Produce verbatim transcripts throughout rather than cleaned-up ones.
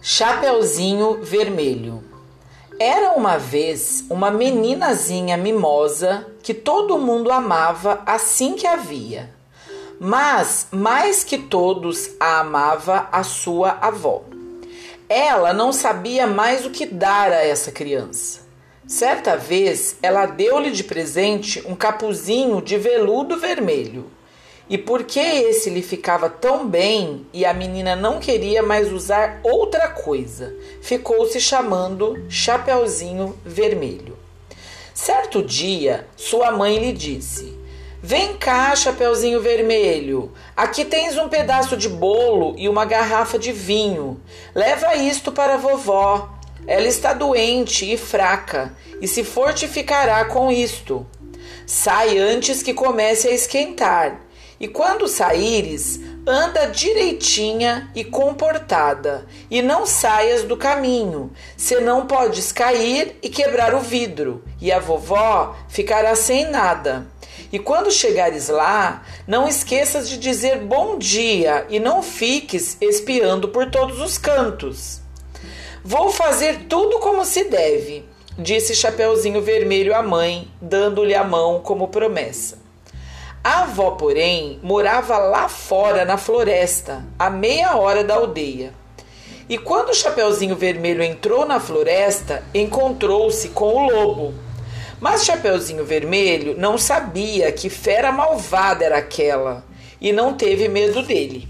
Chapeuzinho Vermelho. Era uma vez uma meninazinha mimosa que todo mundo amava assim que a via. Mas, mais que todos, a amava a sua avó. Ela não sabia mais o que dar a essa criança. Certa vez, ela deu-lhe de presente um capuzinho de veludo vermelho. E porque esse lhe ficava tão bem e a menina não queria mais usar outra coisa, ficou se chamando Chapeuzinho Vermelho. Certo dia, sua mãe lhe disse: "Vem cá, Chapeuzinho Vermelho, aqui tens um pedaço de bolo e uma garrafa de vinho. Leva isto para a vovó. Ela está doente e fraca e se fortificará com isto. Sai antes que comece a esquentar. E quando saíres, anda direitinha e comportada, e não saias do caminho, senão podes cair e quebrar o vidro, e a vovó ficará sem nada. E quando chegares lá, não esqueças de dizer bom dia e não fiques espiando por todos os cantos." "Vou fazer tudo como se deve", disse Chapeuzinho Vermelho à mãe, dando-lhe a mão como promessa. A avó, porém, morava lá fora na floresta, a meia hora da aldeia. E quando o Chapeuzinho Vermelho entrou na floresta, encontrou-se com o lobo. Mas Chapeuzinho Vermelho não sabia que fera malvada era aquela e não teve medo dele.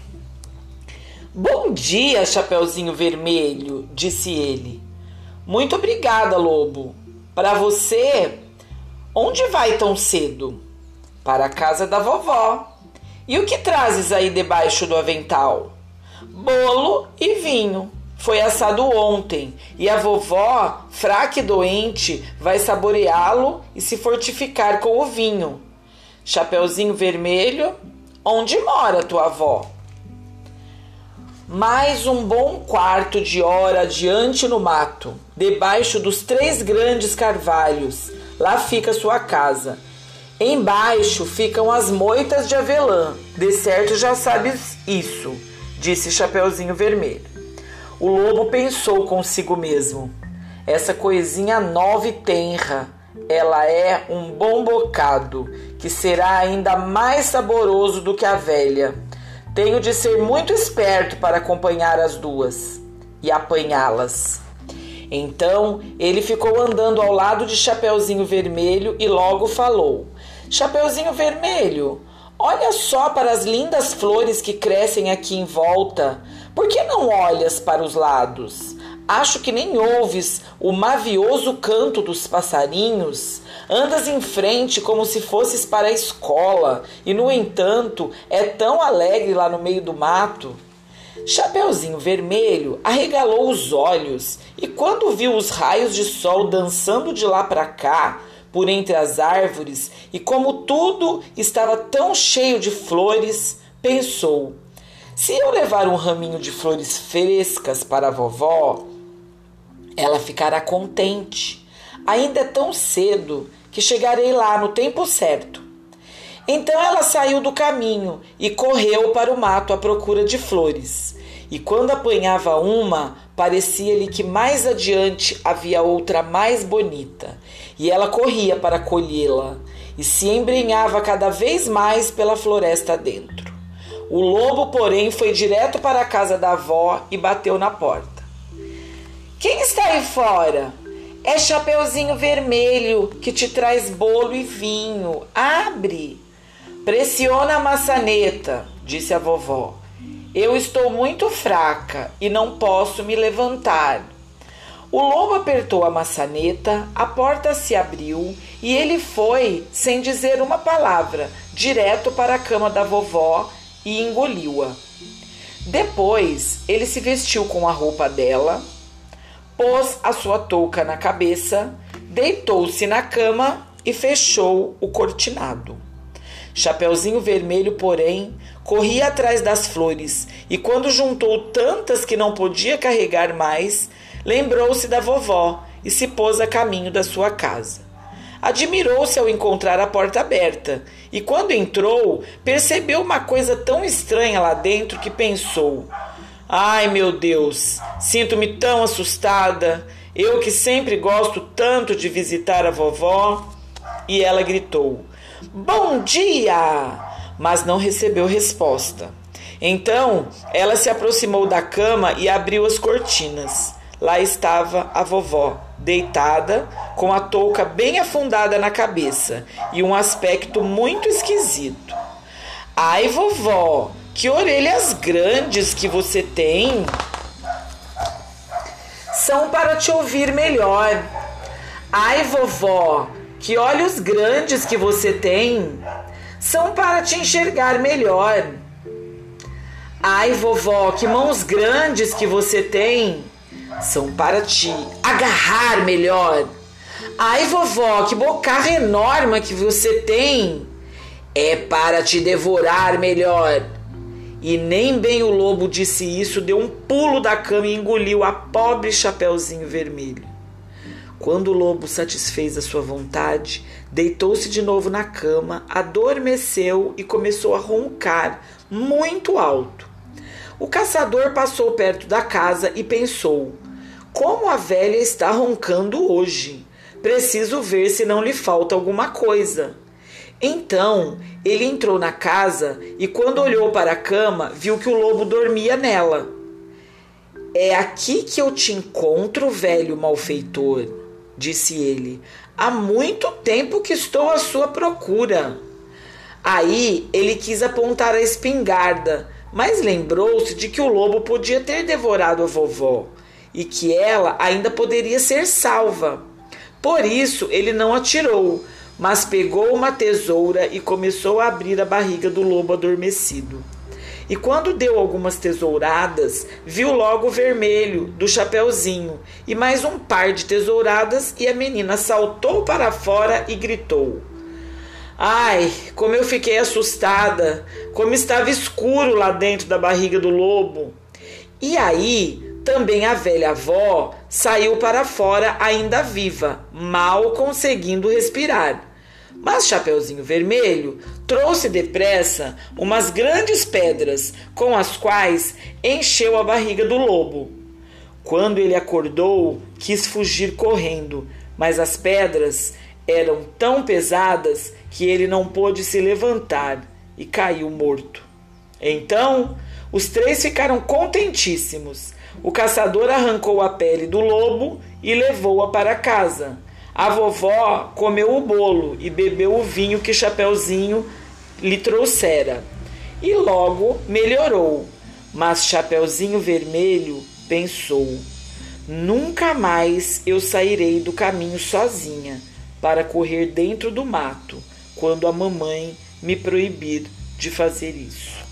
"Bom dia, Chapeuzinho Vermelho", disse ele. "Muito obrigada, lobo. Para você, onde vai tão cedo?" "Para a casa da vovó." "E o que trazes aí debaixo do avental?" "Bolo e vinho. Foi assado ontem e a vovó, fraca e doente, vai saboreá-lo e se fortificar com o vinho." "Chapeuzinho Vermelho, onde mora tua avó?" "Mais um bom quarto de hora adiante no mato, debaixo dos três grandes carvalhos. Lá fica sua casa. Embaixo ficam as moitas de avelã. De certo já sabes isso", disse Chapeuzinho Vermelho. O lobo pensou consigo mesmo: "Essa coisinha nova e tenra, ela é um bom bocado, que será ainda mais saboroso do que a velha. Tenho de ser muito esperto para acompanhar as duas e apanhá-las." Então ele ficou andando ao lado de Chapeuzinho Vermelho e logo falou: "Chapeuzinho Vermelho, olha só para as lindas flores que crescem aqui em volta. Por que não olhas para os lados? Acho que nem ouves o mavioso canto dos passarinhos. Andas em frente como se fosses para a escola e, no entanto, é tão alegre lá no meio do mato." Chapeuzinho Vermelho arregalou os olhos e, quando viu os raios de sol dançando de lá para cá, por entre as árvores, e como tudo estava tão cheio de flores, pensou: "Se eu levar um raminho de flores frescas para a vovó, ela ficará contente. Ainda é tão cedo que chegarei lá no tempo certo." Então ela saiu do caminho e correu para o mato à procura de flores. E quando apanhava uma, parecia-lhe que mais adiante havia outra mais bonita. E ela corria para colhê-la e se embrenhava cada vez mais pela floresta dentro. O lobo, porém, foi direto para a casa da avó e bateu na porta. "Quem está aí fora?" "É Chapeuzinho Vermelho, que te traz bolo e vinho. Abre." "Pressiona a maçaneta", disse a vovó. "Eu estou muito fraca e não posso me levantar." O lobo apertou a maçaneta, a porta se abriu e ele foi, sem dizer uma palavra, direto para a cama da vovó e engoliu-a. Depois, ele se vestiu com a roupa dela, pôs a sua touca na cabeça, deitou-se na cama e fechou o cortinado. Chapeuzinho Vermelho, porém, corria atrás das flores e, quando juntou tantas que não podia carregar mais, lembrou-se da vovó e se pôs a caminho da sua casa. Admirou-se ao encontrar a porta aberta e, quando entrou, percebeu uma coisa tão estranha lá dentro que pensou: Ai, meu Deus, sinto-me tão assustada, eu que sempre gosto tanto de visitar a vovó. E ela gritou: Bom dia! Mas não recebeu resposta. Então, ela se aproximou da cama e abriu as cortinas. Lá estava a vovó, deitada, com a touca bem afundada na cabeça e um aspecto muito esquisito. Ai, vovó, que orelhas grandes que você tem! São para te ouvir melhor. Ai, vovó, que olhos grandes que você tem! São para te enxergar melhor. Ai, vovó, que mãos grandes que você tem! São para te agarrar melhor. Ai, vovó, que bocarra enorme que você tem! É para te devorar melhor. E nem bem o lobo disse isso, deu um pulo da cama e engoliu a pobre Chapeuzinho Vermelho. Quando o lobo satisfez a sua vontade, deitou-se de novo na cama, adormeceu e começou a roncar muito alto. O caçador passou perto da casa e pensou: como a velha está roncando hoje? Preciso ver se não lhe falta alguma coisa. Então, ele entrou na casa e quando olhou para a cama, viu que o lobo dormia nela. É aqui que eu te encontro, velho malfeitor, disse ele. Há muito tempo que estou à sua procura. Aí ele quis apontar a espingarda, mas lembrou-se de que o lobo podia ter devorado a vovó e que ela ainda poderia ser salva. Por isso ele não atirou, mas pegou uma tesoura e começou a abrir a barriga do lobo adormecido. E quando deu algumas tesouradas, viu logo o vermelho do Chapeuzinho e mais um par de tesouradas e a menina saltou para fora e gritou: Ai, como eu fiquei assustada, como estava escuro lá dentro da barriga do lobo. E aí também a velha avó saiu para fora ainda viva, mal conseguindo respirar. Mas Chapeuzinho Vermelho trouxe depressa umas grandes pedras, com as quais encheu a barriga do lobo. Quando ele acordou, quis fugir correndo, mas as pedras eram tão pesadas que ele não pôde se levantar e caiu morto. Então, os três ficaram contentíssimos. O caçador arrancou a pele do lobo e levou-a para casa. A vovó comeu o bolo e bebeu o vinho que Chapeuzinho lhe trouxera. E logo melhorou. Mas Chapeuzinho Vermelho pensou: nunca mais eu sairei do caminho sozinha para correr dentro do mato, quando a mamãe me proibir de fazer isso.